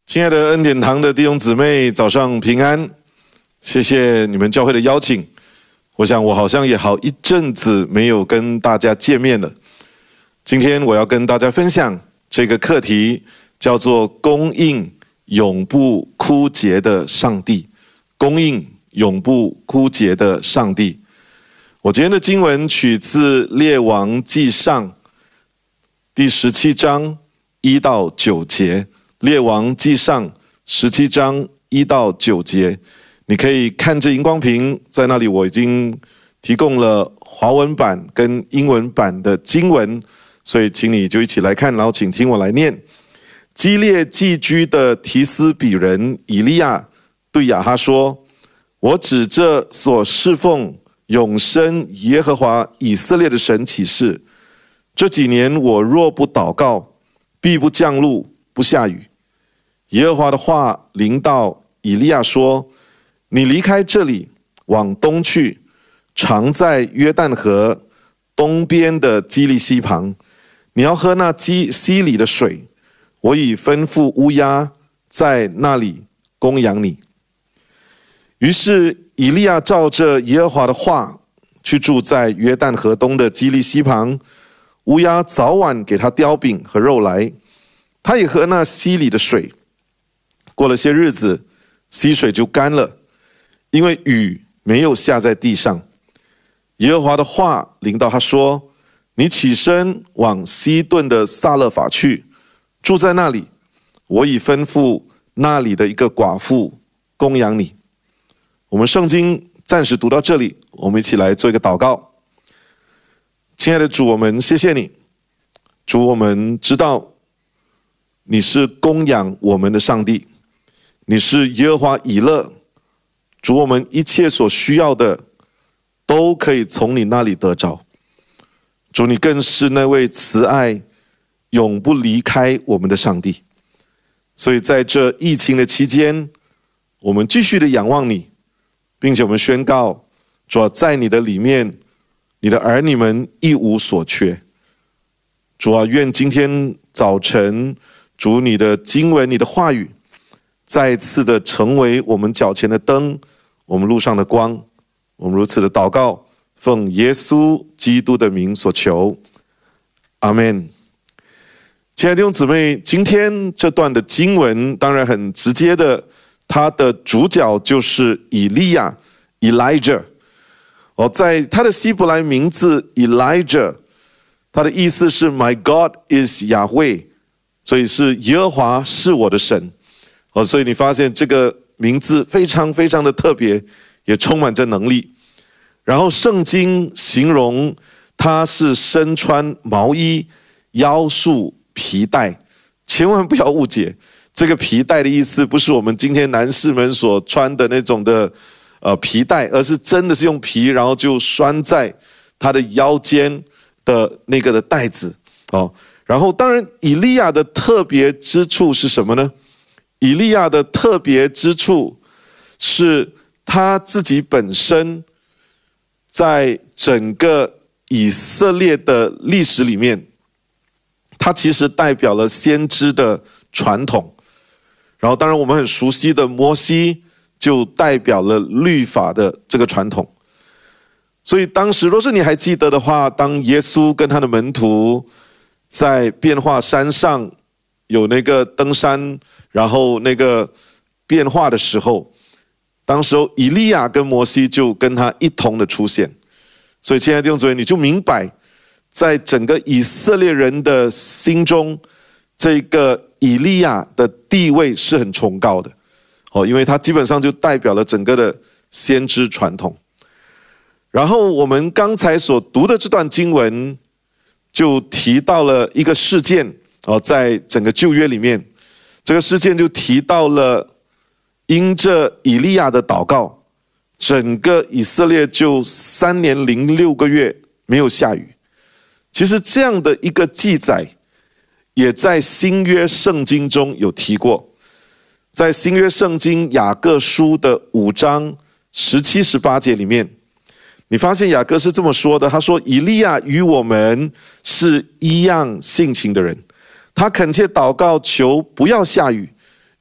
亲爱的恩典堂的弟兄姊妹，早上平安！谢谢你们教会的邀请。我想我好像也好一阵子没有跟大家见面了。今天我要跟大家分享这个课题，叫做供应永不枯竭的上帝。供应永不枯竭的上帝。我今天的经文取自列王纪上第17章1到9节。列王纪上17章1到9节，你可以看着荧光屏，在那里我已经提供了华文版跟英文版的经文，所以请你就一起来看，然后请听我来念。基列寄居的提斯比人以利亚对亚哈说：我指着所侍奉永生耶和华以色列的神起誓，这几年我若不祷告，必不降露，不下雨。耶和华的话临到以利亚说：你离开这里，往东去，常在约旦河东边的基利溪旁，你要喝那溪里的水，我已吩咐乌鸦在那里供养你。于是以利亚照着耶和华的话，去住在约旦河东的基利溪旁，乌鸦早晚给他叼饼和肉来，他也喝那溪里的水。过了些日子，溪水就干了，因为雨没有下在地上。耶和华的话临到他说：你起身往西顿的撒勒法去，住在那里，我已吩咐那里的一个寡妇供养你。我们圣经暂时读到这里，我们一起来做一个祷告。亲爱的主，我们谢谢你。主，我们知道你是供养我们的上帝，你是耶和华以勒。主，我们一切所需要的都可以从你那里得着。主，你更是那位慈爱永不离开我们的上帝。所以在这疫情的期间，我们继续的仰望你，并且我们宣告，主啊，在你的里面，你的儿女们一无所缺。主啊，愿今天早晨，主你的经文，你的话语再次的成为我们脚前的灯，我们路上的光。我们如此的祷告，奉耶稣基督的名所求，阿们。亲爱的弟兄姊妹，今天这段的经文当然很直接的，它的主角就是以利亚 Elijah。在他的希伯来名字 Elijah， 他的意思是 My God is Yahweh， 所以是耶和华是我的神。所以你发现这个名字非常非常的特别，也充满着能力。然后圣经形容他是身穿毛衣，腰束皮带。千万不要误解，这个皮带的意思不是我们今天男士们所穿的那种的皮带，而是真的是用皮，然后就拴在他的腰间的那个的带子。然后当然以利亚的特别之处是什么呢？以利亚的特别之处是他自己本身在整个以色列的历史里面，他其实代表了先知的传统。然后当然我们很熟悉的摩西就代表了律法的这个传统。所以当时若是你还记得的话，当耶稣跟他的门徒在变化山上有那个登山，然后那个变化的时候，当时候以利亚跟摩西就跟他一同的出现。所以亲爱的弟兄姊妹，你就明白在整个以色列人的心中，这个以利亚的地位是很崇高的。因为他基本上就代表了整个的先知传统。然后我们刚才所读的这段经文就提到了一个事件，在整个旧约里面，这个事件就提到了因着以利亚的祷告，整个以色列就3年零6个月没有下雨。其实这样的一个记载也在新约圣经中有提过。在新约圣经雅各书的5章17、18节里面，你发现雅各是这么说的，他说：以利亚与我们是一样性情的人，他恳切祷告求不要下雨，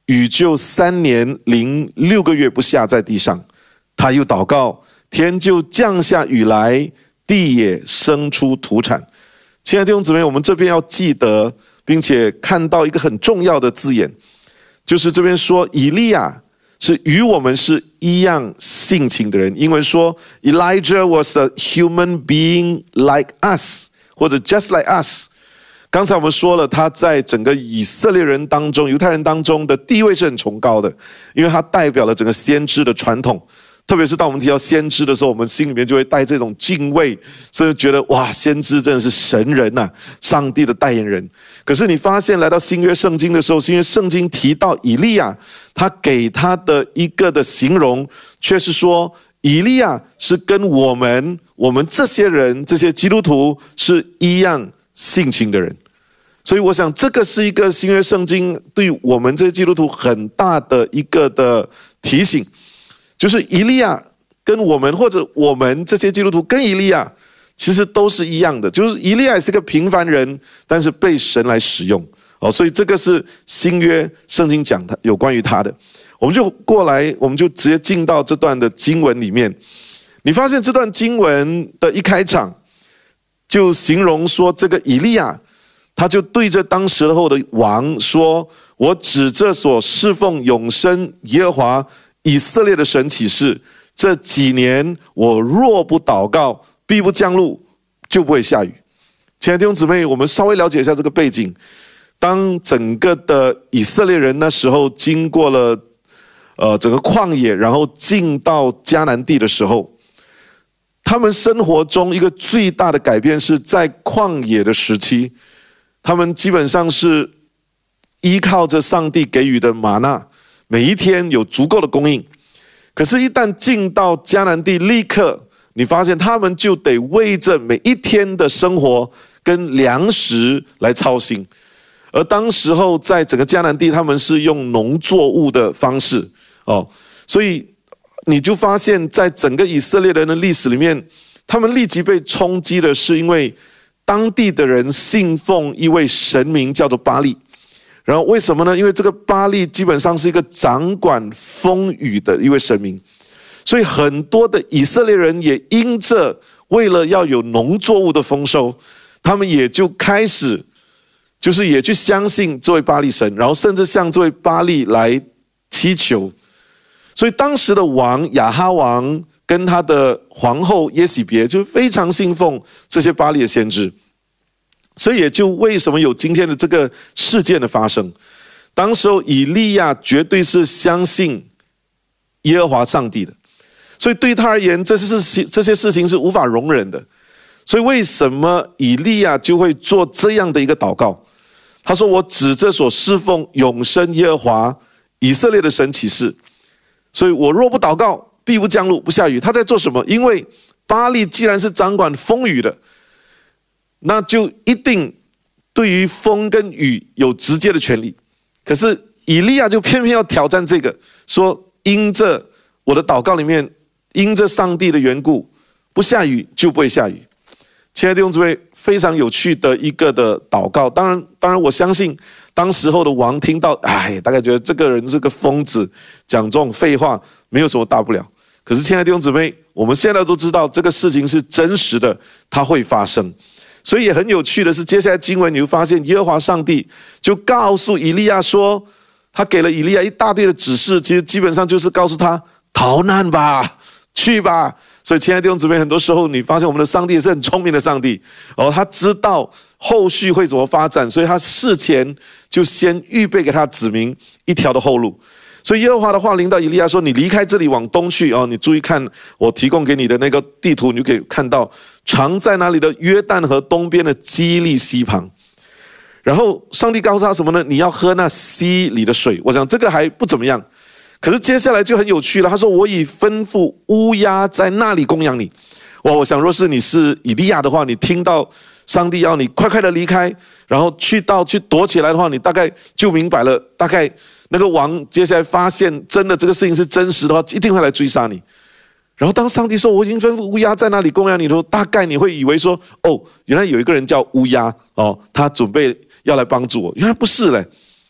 雨就3年零6个月不下在地上。他又祷告，天就降下雨来，地也生出土产。亲爱的弟兄姊妹，我们这边要记得，并且看到一个很重要的字眼，就是这边说以利亚是与我们是一样性情的人。英文说 Elijah was a human being like us， 或者 just like us。刚才我们说了，他在整个以色列人当中、犹太人当中的地位是很崇高的，因为他代表了整个先知的传统。特别是当我们提到先知的时候，我们心里面就会带这种敬畏，甚至觉得哇，先知真的是神人呐，上帝的代言人。可是你发现来到新约圣经的时候，新约圣经提到以利亚，他给他的一个的形容，却是说以利亚是跟我们这些人、这些基督徒是一样性情的人。所以我想这个是一个新约圣经对我们这些基督徒很大的一个的提醒。就是以利亚跟我们，或者我们这些基督徒跟以利亚其实都是一样的，就是以利亚也是个平凡人，但是被神来使用。所以这个是新约圣经讲的有关于他的。我们就过来，我们就直接进到这段的经文里面。你发现这段经文的一开场就形容说，这个以利亚他就对着当时候的王说，我指着所侍奉永生耶和华以色列的神起誓，这几年我若不祷告，必不降露，就不会下雨。亲爱的弟兄姊妹，我们稍微了解一下这个背景。当整个的以色列人那时候经过了整个旷野，然后进到迦南地的时候，他们生活中一个最大的改变是在旷野的时期，他们基本上是依靠着上帝给予的玛纳，每一天有足够的供应。可是一旦进到迦南地，立刻你发现他们就得为着每一天的生活跟粮食来操心。而当时候在整个迦南地，他们是用农作物的方式，所以你就发现在整个以色列人的历史里面，他们立即被冲击的是因为当地的人信奉一位神明叫做巴力。然后为什么呢？因为这个巴力基本上是一个掌管风雨的一位神明，所以很多的以色列人也因着为了要有农作物的丰收，他们也就开始就是也去相信这位巴力神，然后甚至向这位巴力来祈求。所以当时的王亚哈王跟他的皇后耶洗别就非常信奉这些巴力的先知。所以也就为什么有今天的这个事件的发生。当时候以利亚绝对是相信耶和华上帝的，所以对他而言这些事情是无法容忍的。所以为什么以利亚就会做这样的一个祷告？他说，我指着所侍奉永生耶和华以色列的神起誓，所以我若不祷告，必不降露不下雨。他在做什么？因为巴力既然是掌管风雨的，那就一定对于风跟雨有直接的权利。可是以利亚就偏偏要挑战这个，说因着我的祷告里面，因着上帝的缘故，不下雨就不会下雨。亲爱的弟兄姊妹，非常有趣的一个的祷告。当然我相信当时候的王听到，大概觉得这个人是个疯子，讲这种废话没有什么大不了。可是亲爱的弟兄姊妹，我们现在都知道这个事情是真实的，它会发生。所以也很有趣的是，接下来经文你会发现，耶和华上帝就告诉以利亚说，他给了以利亚一大堆的指示，其实基本上就是告诉他逃难吧，去吧。所以亲爱的弟兄姊妹，很多时候你发现我们的上帝也是很聪明的上帝，他知道后续会怎么发展，所以他事前就先预备给他子民一条的后路。所以耶和华的话临到以利亚说，你离开这里往东去，你注意看我提供给你的那个地图，你就可以看到常在哪里的约旦河东边的基利溪旁。然后上帝告诉他什么呢？你要喝那溪里的水。我想这个还不怎么样，可是接下来就很有趣了。他说，我已吩咐乌鸦在那里供养你。我想若是你是以利亚的话，你听到上帝要你快快的离开，然后去躲起来的话，你大概就明白了，大概那个王接下来发现真的这个事情是真实的话，一定会来追杀你。然后当上帝说我已经吩咐乌鸦在那里供养你的时候，大概你会以为说，原来有一个人叫乌鸦，他准备要来帮助我。原来不是嘞，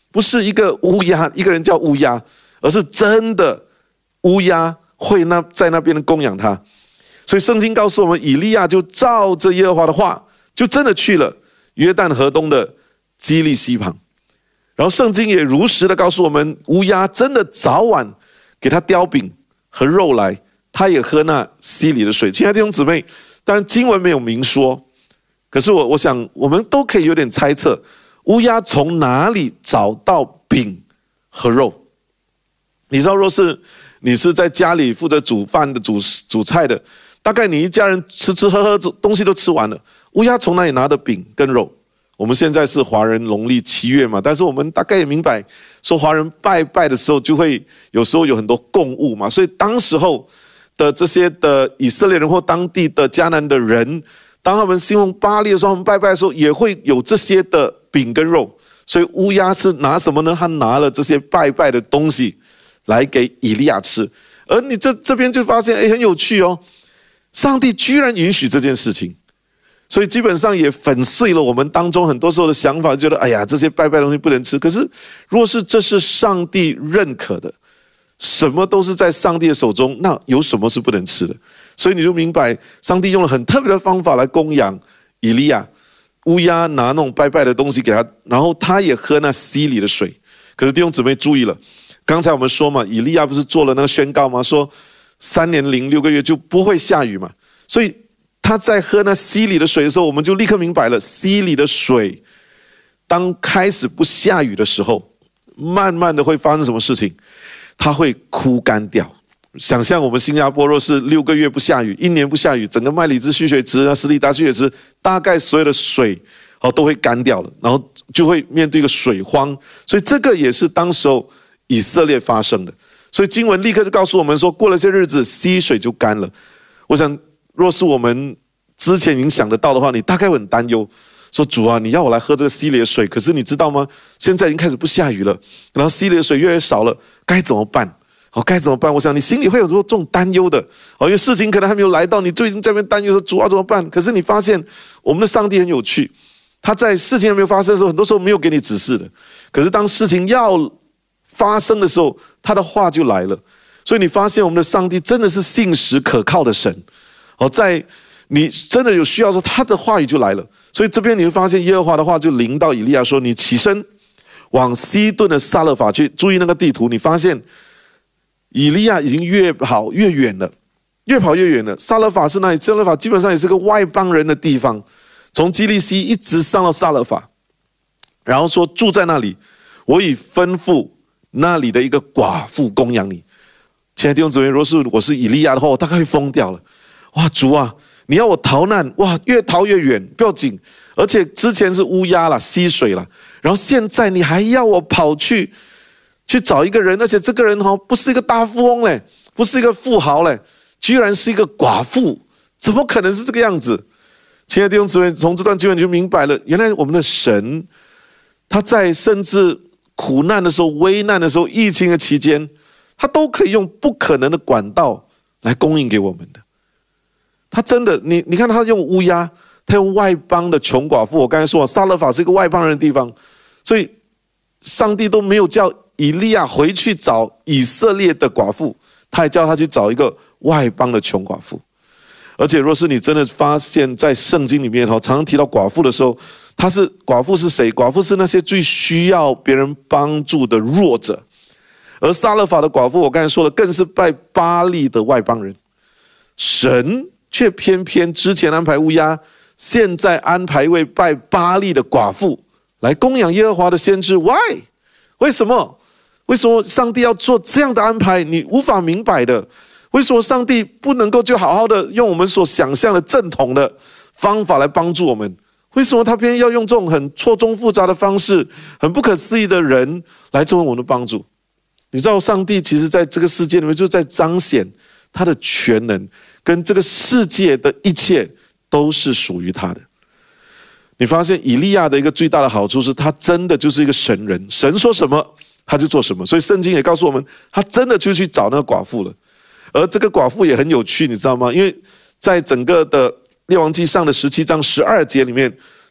不是一个乌鸦，一个人叫乌鸦，而是真的乌鸦会在那边供养他。所以圣经告诉我们，以利亚就照着耶和华的话，就真的去了约旦河东的基利西旁。然后圣经也如实的告诉我们，乌鸦真的早晚给他叼饼和肉来，他也喝那溪里的水。亲爱的弟兄姊妹，当然经文没有明说，可是我想我们都可以有点猜测，乌鸦从哪里找到饼和肉？你知道，若是你是在家里负责煮饭的、煮菜的，大概你一家人吃喝喝东西都吃完了，乌鸦从哪里拿的饼跟肉？我们现在是华人农历7月嘛，但是我们大概也明白，说华人拜的时候就会有时候有很多供物嘛，所以当时候的这些的以色列人或当地的迦南的人，当他们信奉巴力的时候，他们拜的时候也会有这些的饼跟肉。所以乌鸦是拿什么呢？他拿了这些拜的东西来给以利亚吃。而你这边就发现，很有趣哦，上帝居然允许这件事情。所以基本上也粉碎了我们当中很多时候的想法，觉得哎呀，这些拜的东西不能吃。可是若是这是上帝认可的，什么都是在上帝的手中，那有什么是不能吃的？所以你就明白，上帝用了很特别的方法来供养以利亚。乌鸦拿那种拜的东西给他，然后他也喝那溪里的水。可是弟兄姊妹注意了，刚才我们说嘛，以利亚不是做了那个宣告吗？说3年零6个月就不会下雨嘛。所以他在喝那溪里的水的时候，我们就立刻明白了，溪里的水当开始不下雨的时候，慢慢的会发生什么事情？它会枯干掉。想象我们新加坡若是6个月不下雨，1年不下雨，整个麦里兹蓄水池啊、斯利达蓄水池，大概所有的水都会干掉了，然后就会面对一个水荒。所以这个也是当时候以色列发生的。所以经文立刻就告诉我们说，过了些日子，溪水就干了。我想若是我们之前已经想得到的话，你大概会很担忧，说主啊，你要我来喝这个溪里的水，可是你知道吗？现在已经开始不下雨了，然后溪里的水越来越少了，该怎么办？该怎么办？我想你心里会有这种担忧的，因为事情可能还没有来到，你就已经在那边担忧说主啊怎么办？可是你发现我们的上帝很有趣，他在事情还没有发生的时候，很多时候没有给你指示的，可是当事情要发生的时候，他的话就来了。所以你发现我们的上帝真的是信实可靠的神。在你真的有需要的时候，他的话语就来了。所以这边你会发现耶和华的话就临到以利亚说，你起身往西顿的撒勒法去。注意那个地图，你发现以利亚已经越跑越远了，越跑越远了。撒勒法是哪里？撒勒法基本上也是个外邦人的地方，从基利西一直上到撒勒法，然后说住在那里，我已吩咐那里的一个寡妇供养你。亲爱的弟兄姊妹，如果是我是以利亚的话，我大概会疯掉了。哇，主啊，你要我逃难，哇，越逃越远，不要紧。而且之前是乌鸦啦、溪水啦，然后现在你还要我跑去找一个人，而且这个人不是一个大富翁嘞，不是一个富豪嘞，居然是一个寡妇，怎么可能是这个样子？亲爱的弟兄姊妹，从这段经文你就明白了，原来我们的神，他在甚至苦难的时候、危难的时候、疫情的期间，他都可以用不可能的管道来供应给我们的。他真的，你看他用乌鸦，他用外邦的穷寡妇。我刚才说撒勒法是一个外邦人的地方，所以上帝都没有叫以利亚回去找以色列的寡妇，他还叫他去找一个外邦的穷寡妇。而且若是你真的发现在圣经里面常常提到寡妇的时候，寡妇是谁？寡妇是那些最需要别人帮助的弱者。而撒勒法的寡妇，我刚才说了，更是拜巴力的外邦人。神却偏偏之前安排乌鸦，现在安排一位拜巴力的寡妇来供养耶和华的先知。 Why？ 为什么？为什么上帝要做这样的安排？你无法明白的。为什么上帝不能够就好好的用我们所想象的正统的方法来帮助我们？为什么他偏要用这种很错综复杂的方式，很不可思议的人来作为我们的帮助？你知道上帝其实在这个世界里面就在彰显他的全能，跟这个世界的一切都是属于他的。你发现以利亚的一个最大的好处是，他真的就是一个神人，神说什么他就做什么。所以圣经也告诉我们，他真的就去找那个寡妇了。而这个寡妇也很有趣，你知道吗？因为在整个的列王记上的17章12节里面，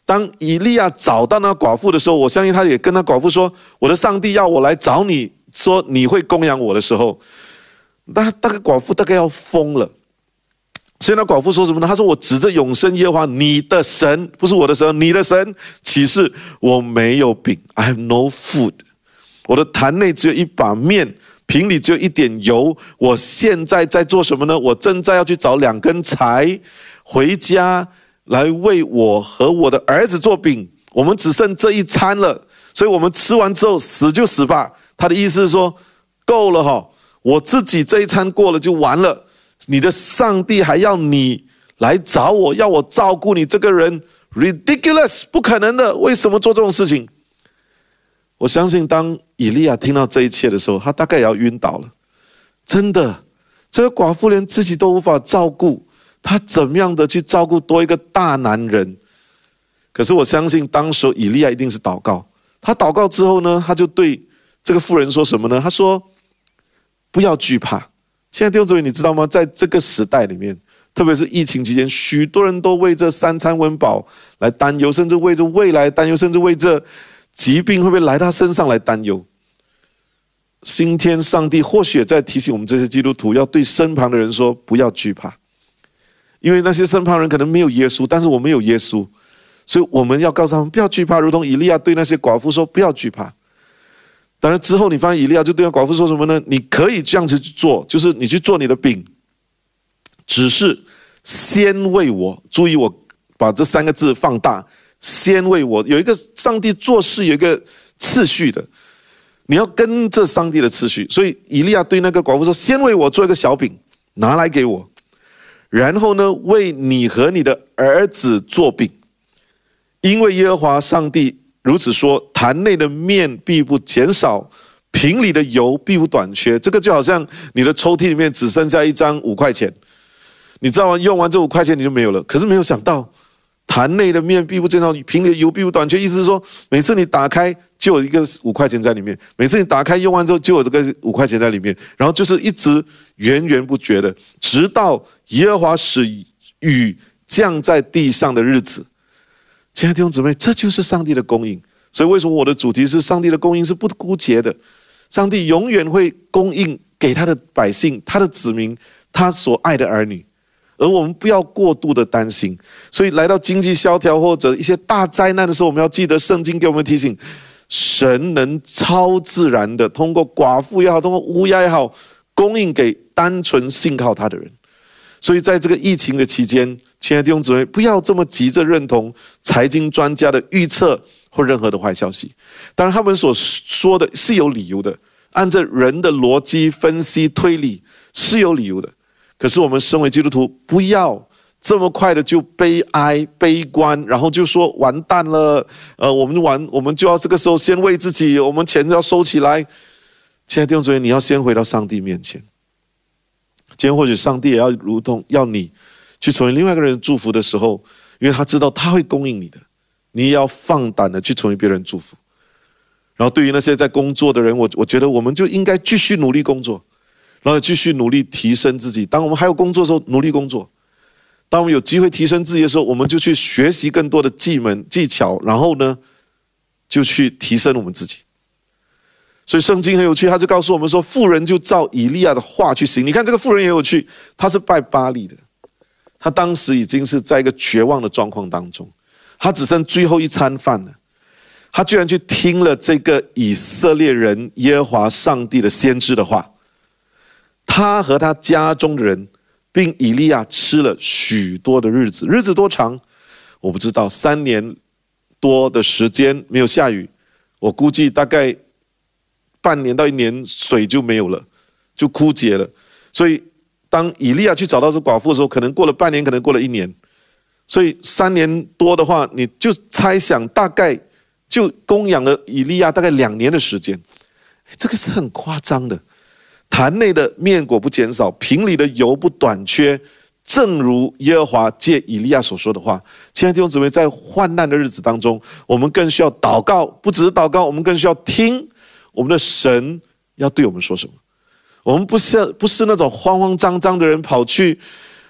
当以利亚找到那寡妇的时候，我相信他也跟那寡妇说：“我的上帝要我来找你，说你会供养我的时候。”那个寡妇大概要疯了。所以那寡妇说什么呢？他说：“我指着永生耶和华你的神，不是我的神，你的神启示我没有饼 ，I have no food。我的坛内只有一把面，瓶里只有一点油。我现在在做什么呢？我正在要去找2根柴，回家来为我和我的儿子做饼。我们只剩这一餐了，所以我们吃完之后死就死吧。”他的意思是说，够了哈，我自己这一餐过了就完了。你的上帝还要你来找我，要我照顾你这个人 ，ridiculous， 不可能的，为什么做这种事情？我相信当以利亚听到这一切的时候，他大概也要晕倒了。真的，这个寡妇连自己都无法照顾，他怎么样的去照顾多一个大男人？可是我相信当时以利亚一定是祷告，他祷告之后呢，他就对这个妇人说什么呢？他说：“不要惧怕。”现在弟兄姊妹，你知道吗？在这个时代里面，特别是疫情期间，许多人都为这3餐温饱来担忧，甚至为这未来担忧，甚至为这疾病会不会来他身上来担忧。今天上帝或许也在提醒我们这些基督徒，要对身旁的人说：不要惧怕，因为那些身旁人可能没有耶稣，但是我们有耶稣，所以我们要告诉他们不要惧怕，如同以利亚对那些寡妇说：不要惧怕。当然之后你发现以利亚就对那寡妇说什么呢？你可以这样子去做，就是你去做你的饼，只是先为我，注意我把这3个字放大，先为我。有一个上帝做事有一个次序的，你要跟着上帝的次序。所以以利亚对那个寡妇说：先为我做一个小饼，拿来给我，然后呢，为你和你的儿子做饼，因为耶和华上帝如此说：坛内的面必不减少，瓶里的油必不短缺。这个就好像你的抽屉里面只剩下一张5块钱，你知道吗？用完这5块钱你就没有了。可是没有想到，坛内的面必不减少，瓶里的油必不短缺。意思是说，每次你打开就有一个5块钱在里面，每次你打开用完之后就有这个5块钱在里面，然后就是一直源源不绝的，直到耶和华使雨降在地上的日子。亲爱的弟兄姊妹，这就是上帝的供应。所以为什么我的主题是上帝的供应是不枯竭的？上帝永远会供应给他的百姓、他的子民、他所爱的儿女，而我们不要过度的担心。所以来到经济萧条或者一些大灾难的时候，我们要记得圣经给我们提醒，神能超自然的通过寡妇也好，通过乌鸦也好，供应给单纯信靠他的人。所以在这个疫情的期间，亲爱的弟兄姊妹，不要这么急着认同财经专家的预测或任何的坏消息。当然他们所说的是有理由的，按照人的逻辑分析推理是有理由的。可是我们身为基督徒，不要这么快的就悲哀悲观，然后就说完蛋了，我们就要这个时候先为自己，我们钱要收起来。亲爱的弟兄姊妹，你要先回到上帝面前。今天或许上帝也要如同要你去成为另外一个人的祝福的时候，因为他知道他会供应你的，你也要放胆的去成为别人祝福。然后对于那些在工作的人，我觉得我们就应该继续努力工作，然后继续努力提升自己。当我们还有工作的时候，努力工作；当我们有机会提升自己的时候，我们就去学习更多的技巧，然后呢，就去提升我们自己。所以圣经很有趣，他就告诉我们说，妇人就照以利亚的话去行。你看这个妇人也有趣，他是拜巴力的，他当时已经是在一个绝望的状况当中，他只剩最后一餐饭了，他居然去听了这个以色列人耶和华上帝的先知的话。他和他家中的人并以利亚吃了许多的日子，日子多长我不知道，3年多的时间没有下雨，我估计大概半年到1年水就没有了，就枯竭了。所以当以利亚去找到这寡妇的时候，可能过了半年，可能过了1年，所以3年多的话，你就猜想大概就供养了以利亚大概2年的时间。这个是很夸张的。坛内的面果不减少，瓶里的油不短缺，正如耶和华借以利亚所说的话。亲爱的弟兄姊妹，在患难的日子当中，我们更需要祷告，不只是祷告，我们更需要听我们的神要对我们说什么。我们不是那种慌慌张张的人，跑去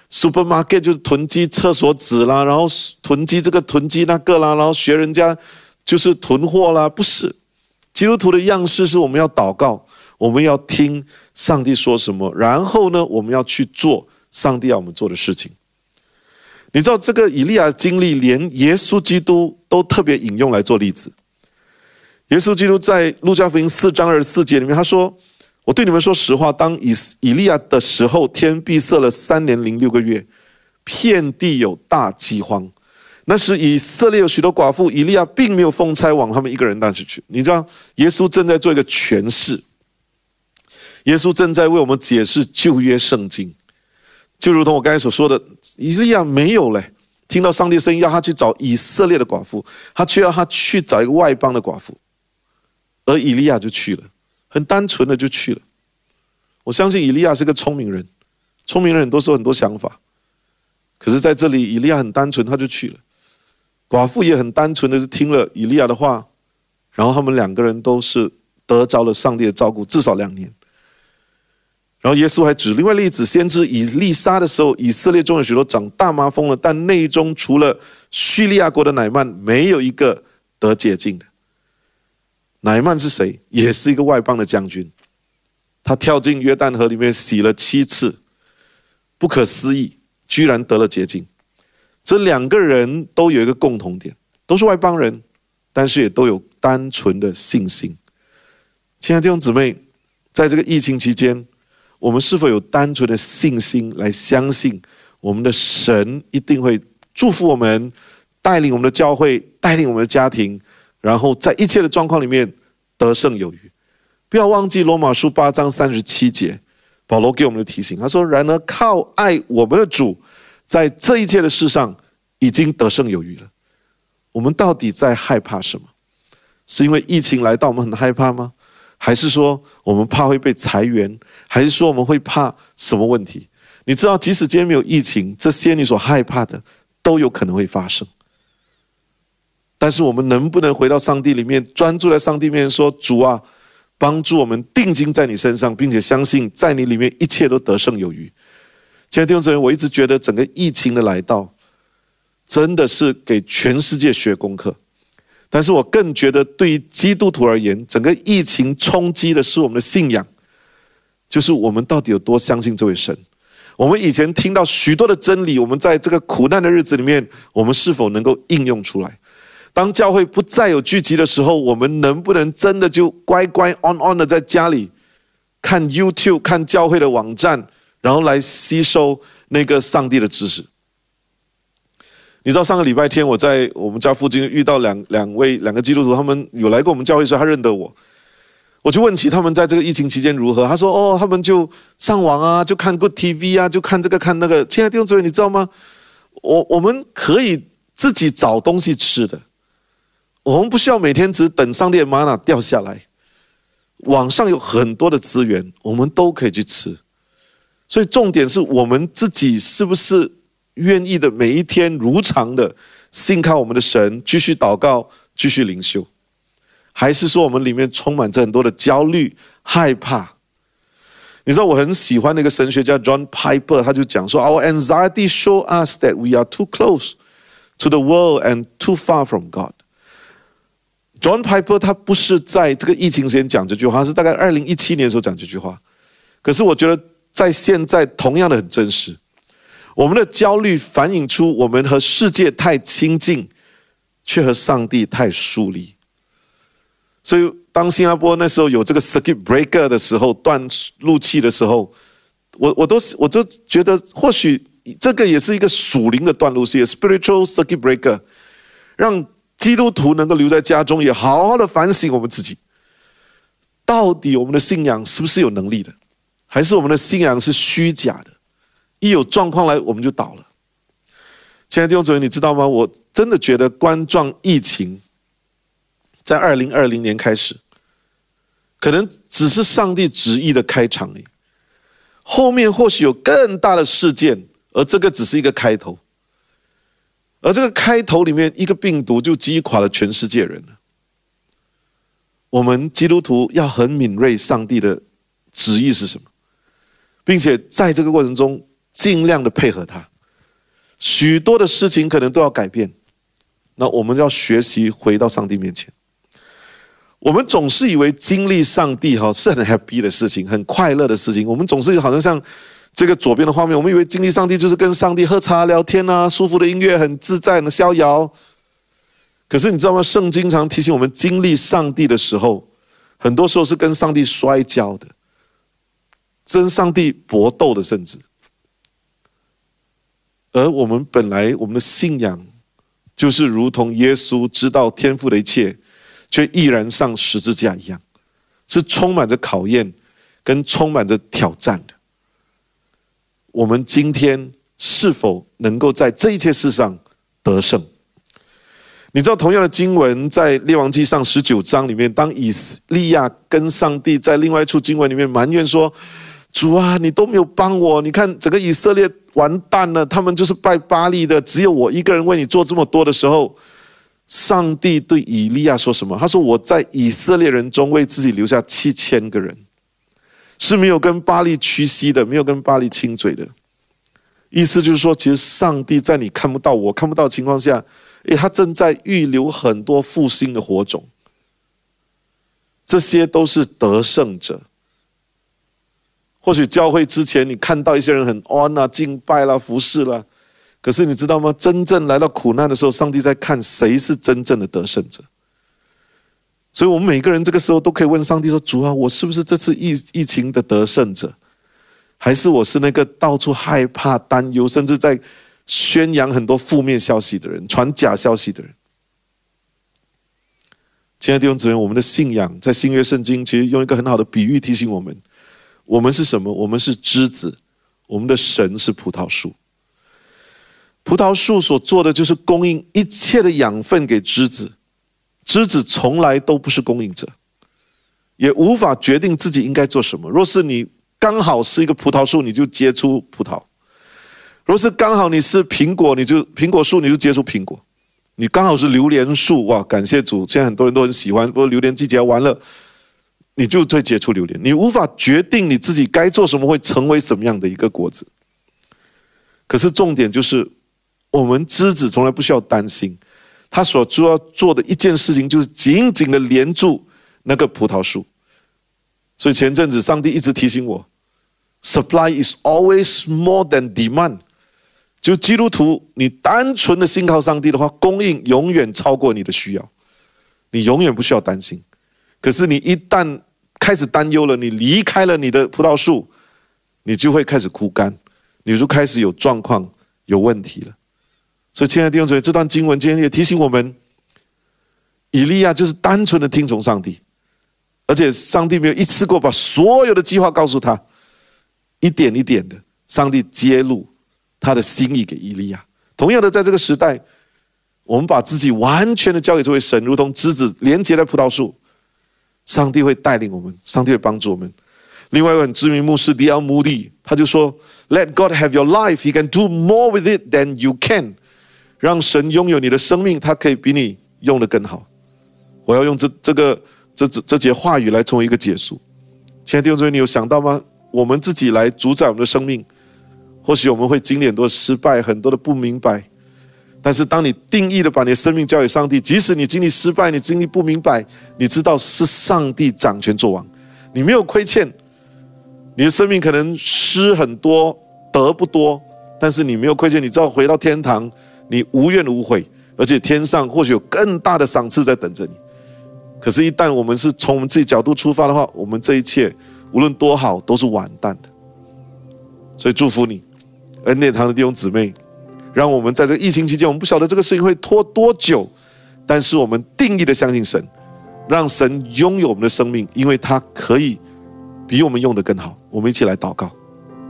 supermarket 就是囤积厕所纸啦，然后囤积这个囤积那个啦，然后学人家就是囤货啦，不是。基督徒的样式是我们要祷告，我们要听上帝说什么，然后呢，我们要去做上帝要我们做的事情。你知道这个以利亚的经历，连耶稣基督都特别引用来做例子。耶稣基督在路加福音4章24节里面，他说：“我对你们说实话，当以利亚的时候，天闭塞了3年零6个月，遍地有大饥荒。那时以色列有许多寡妇，以利亚并没有奉差往他们一个人那里去。”你知道，耶稣正在做一个诠释，耶稣正在为我们解释旧约圣经。就如同我刚才所说的，以利亚没有嘞，听到上帝的声音要他去找以色列的寡妇，他却要他去找一个外邦的寡妇，而以利亚就去了，很单纯的就去了。我相信以利亚是个聪明人，聪明人都是有很多想法，可是在这里以利亚很单纯，他就去了。寡妇也很单纯的是听了以利亚的话，然后他们2个人都是得着了上帝的照顾，至少2年。然后耶稣还举另外例子，先知以利沙的时候，以色列中有许多长大麻风了，但内中除了叙利亚国的乃曼，没有一个得洁净的。乃曼是谁？也是一个外邦的将军，他跳进约旦河里面洗了7次，不可思议，居然得了洁净。这2个人都有一个共同点，都是外邦人，但是也都有单纯的信心。亲爱的弟兄姊妹，在这个疫情期间，我们是否有单纯的信心来相信我们的神一定会祝福我们，带领我们的教会，带领我们的家庭，然后在一切的状况里面得胜有余。不要忘记罗马书8章37节，保罗给我们的提醒，他说：“然而靠爱我们的主，在这一切的事上已经得胜有余了。”我们到底在害怕什么？是因为疫情来到我们很害怕吗？还是说我们怕会被裁员？还是说我们会怕什么问题？你知道，即使今天没有疫情，这些你所害怕的都有可能会发生。但是我们能不能回到上帝里面，专注在上帝面前说：“主啊，帮助我们定睛在你身上，并且相信在你里面一切都得胜有余。”亲爱的弟兄姊妹，我一直觉得整个疫情的来到，真的是给全世界学功课。但是我更觉得，对于基督徒而言，整个疫情冲击的是我们的信仰，就是我们到底有多相信这位神。我们以前听到许多的真理，我们在这个苦难的日子里面，我们是否能够应用出来？当教会不再有聚集的时候，我们能不能真的就乖乖 on 的在家里看 YouTube、看教会的网站，然后来吸收那个上帝的知识？你知道上个礼拜天我在我们家附近遇到两个基督徒，他们有来过我们教会，说他认得我。我就问起他们在这个疫情期间如何，他说：“哦，他们就上网啊，就看 Good TV 啊，就看这个看那个。”亲爱的弟兄姊妹，你知道吗？我们可以自己找东西吃的，我们不需要每天只等上帝的玛纳掉下来。网上有很多的资源，我们都可以去吃。所以重点是我们自己是不是愿意的每一天如常的信靠我们的神，继续祷告，继续灵修，还是说我们里面充满着很多的焦虑、害怕？你知道我很喜欢那个神学家 John Piper， 他就讲说 ：“Our anxiety show us that we are too close to the world and too far from God。” John Piper 他不是在这个疫情时间讲这句话，他是大概2017年的时候讲这句话。可是我觉得在现在同样的很真实。我们的焦虑反映出我们和世界太亲近，却和上帝太疏离。所以当新加坡那时候有这个 circuit breaker 的时候，断路器的时候，我就觉得或许这个也是一个属灵的断路器 spiritual circuit breaker， 让基督徒能够留在家中，也好好的反省我们自己，到底我们的信仰是不是有能力的，还是我们的信仰是虚假的？一有状况来，我们就倒了。亲爱的弟兄姊妹，你知道吗？我真的觉得冠状疫情在2020年开始，可能只是上帝旨意的开场而已。后面或许有更大的事件，而这个只是一个开头。而这个开头里面，一个病毒就击垮了全世界人了。我们基督徒要很敏锐上帝的旨意是什么，并且在这个过程中尽量的配合他。许多的事情可能都要改变，那我们要学习回到上帝面前。我们总是以为经历上帝是很 happy 的事情，很快乐的事情。我们总是好像这个左边的画面，我们以为经历上帝就是跟上帝喝茶聊天啊，舒服的音乐，很自在的逍遥。可是你知道吗？圣经常提醒我们，经历上帝的时候，很多时候是跟上帝摔跤的，跟上帝搏斗的，甚至。而我们本来我们的信仰就是如同耶稣知道天父的一切，却毅然上十字架一样，是充满着考验跟充满着挑战的。我们今天是否能够在这一切事上得胜？你知道同样的经文在列王纪上19章里面，当以利亚跟上帝在另外一处经文里面埋怨说，主啊，你都没有帮我，你看整个以色列完蛋了，他们就是拜巴力的，只有我一个人为你做这么多的时候，上帝对以利亚说什么？他说，我在以色列人中为自己留下7000个人，是没有跟巴力屈膝的，没有跟巴力亲嘴的。意思就是说，其实上帝在你看不到我看不到的情况下，他正在预留很多复兴的火种，这些都是得胜者。或许教会之前你看到一些人很安啊，敬拜啦，服侍啦，可是你知道吗？真正来到苦难的时候，上帝在看谁是真正的得胜者。所以我们每个人这个时候都可以问上帝说，主啊，我是不是这次疫情的得胜者，还是我是那个到处害怕担忧，甚至在宣扬很多负面消息的人，传假消息的人？亲爱的弟兄姊妹，我们的信仰在新约圣经其实用一个很好的比喻提醒我们，我们是什么？我们是枝子，我们的神是葡萄树。葡萄树所做的就是供应一切的养分给枝子，枝子从来都不是供应者，也无法决定自己应该做什么。若是你刚好是一个葡萄树，你就结出葡萄；若是刚好你是苹果，苹果树，你就结出苹果。你刚好是榴莲树，哇，感谢主，现在很多人都很喜欢，不过榴莲季节完了，你就会结出榴莲。你无法决定你自己该做什么，会成为什么样的一个果子。可是重点就是，我们枝子从来不需要担心，他所主要做的一件事情就是紧紧的连住那个葡萄树。所以前阵子上帝一直提醒我， supply is always more than demand。就基督徒，你单纯的信靠上帝的话，供应永远超过你的需要，你永远不需要担心。可是你一旦开始担忧了，你离开了你的葡萄树，你就会开始枯干，你就开始有状况、有问题了。所以亲爱的弟兄姊妹，这段经文今天也提醒我们，以利亚就是单纯的听从上帝，而且上帝没有一次过把所有的计划告诉他，一点一点的，上帝揭露他的心意给以利亚。同样的，在这个时代，我们把自己完全的交给这位神，如同枝子连接在葡萄树，上帝会带领我们，上帝会帮助我们。另外一位很知名牧师 D.L. Moody 他就说 Let God have your life, He can do more with it than you can。 让神拥有你的生命，他可以比你用得更好。我要用这节话语来成为一个结束。亲爱的弟兄姊妹，你有想到吗？我们自己来主宰我们的生命，或许我们会经历很多失败，很多的不明白，但是当你定义的把你的生命交给上帝，即使你经历失败，你经历不明白，你知道是上帝掌权作王，你没有亏欠，你的生命可能失很多，得不多，但是你没有亏欠，你知道回到天堂，你无怨无悔，而且天上或许有更大的赏赐在等着你。可是一旦我们是从我们自己角度出发的话，我们这一切无论多好都是完蛋的。所以祝福你，恩典堂的弟兄姊妹，让我们在这个疫情期间，我们不晓得这个事情会拖多久，但是我们定义的相信神，让神拥有我们的生命，因为他可以比我们用得更好。我们一起来祷告。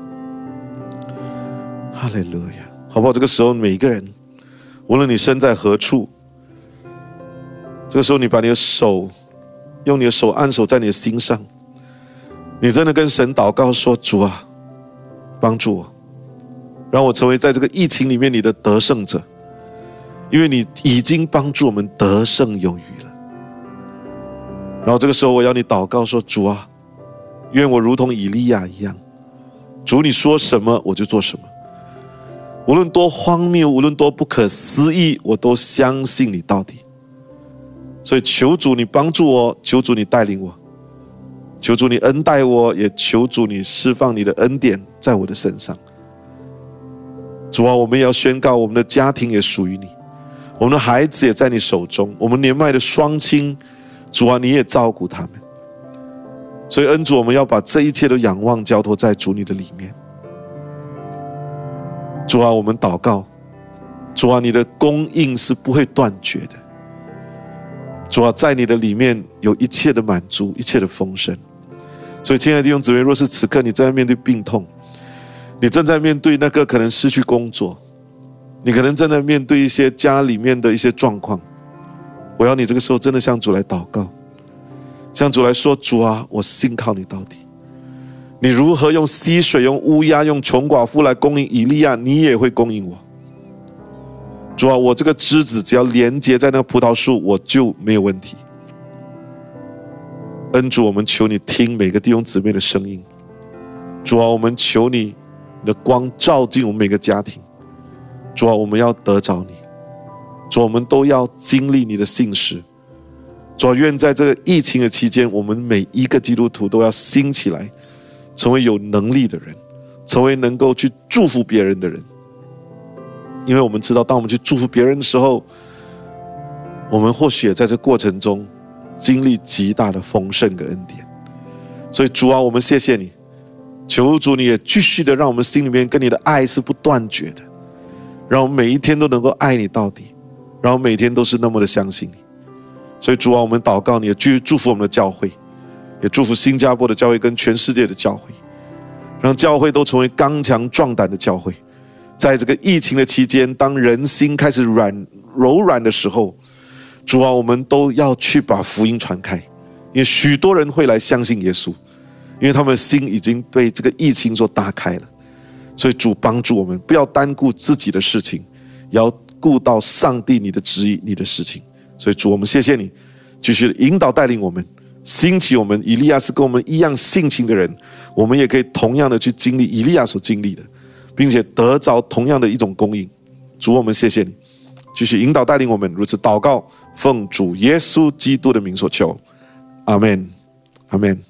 哈利路亚，好不好？这个时候每一个人，无论你身在何处，这个时候你把你的手，用你的手按手在你的心上，你真的跟神祷告说，主啊，帮助我，让我成为在这个疫情里面你的得胜者，因为你已经帮助我们得胜有余了。然后这个时候我要你祷告说，主啊，愿我如同以利亚一样，主你说什么我就做什么， 无论多荒谬，无论多不可思议，我都相信你到底。所以求主你帮助我，求主你带领我，求主你恩待我，也求主你释放你的恩典在我的身上。主啊，我们也要宣告，我们的家庭也属于你，我们的孩子也在你手中，我们年迈的双亲，主啊，你也照顾他们。所以恩主，我们要把这一切都仰望交托在主你的里面。主啊，我们祷告，主啊，你的供应是不会断绝的。主啊，在你的里面有一切的满足，一切的丰盛。所以亲爱的弟兄姊妹，若是此刻你正在面对病痛，你正在面对那个可能失去工作，你可能正在面对一些家里面的一些状况，我要你这个时候真的向主来祷告，向主来说，主啊，我信靠你到底。你如何用溪水，用乌鸦，用穷寡妇来供应以利亚，你也会供应我。主啊，我这个枝子只要连接在那个葡萄树，我就没有问题。恩主，我们求你听每个弟兄姊妹的声音。主啊，我们求你的光照进我们每个家庭。主啊，我们要得着你。主啊，我们都要经历你的信实。主啊，愿在这个疫情的期间，我们每一个基督徒都要兴起来，成为有能力的人，成为能够去祝福别人的人。因为我们知道，当我们去祝福别人的时候，我们或许也在这过程中经历极大的丰盛跟恩典。所以主啊，我们谢谢你，求主你也继续的让我们心里面跟你的爱是不断绝的，让我们每一天都能够爱你到底，让我们每天都是那么的相信你。所以主啊，我们祷告你也继续祝福我们的教会，也祝福新加坡的教会跟全世界的教会，让教会都成为刚强壮胆的教会。在这个疫情的期间，当人心开始柔软的时候，主啊，我们都要去把福音传开，因为许多人会来相信耶稣，因为他们的心已经被这个疫情所打开了。所以主帮助我们，不要单顾自己的事情，也要顾到上帝你的旨意，你的事情。所以主，我们谢谢你，继续引导带领我们，兴起我们。以利亚是跟我们一样性情的人，我们也可以同样的去经历以利亚所经历的，并且得着同样的一种供应。主，我们谢谢你，继续引导带领我们。如此祷告，奉主耶稣基督的名所求，阿们，阿们。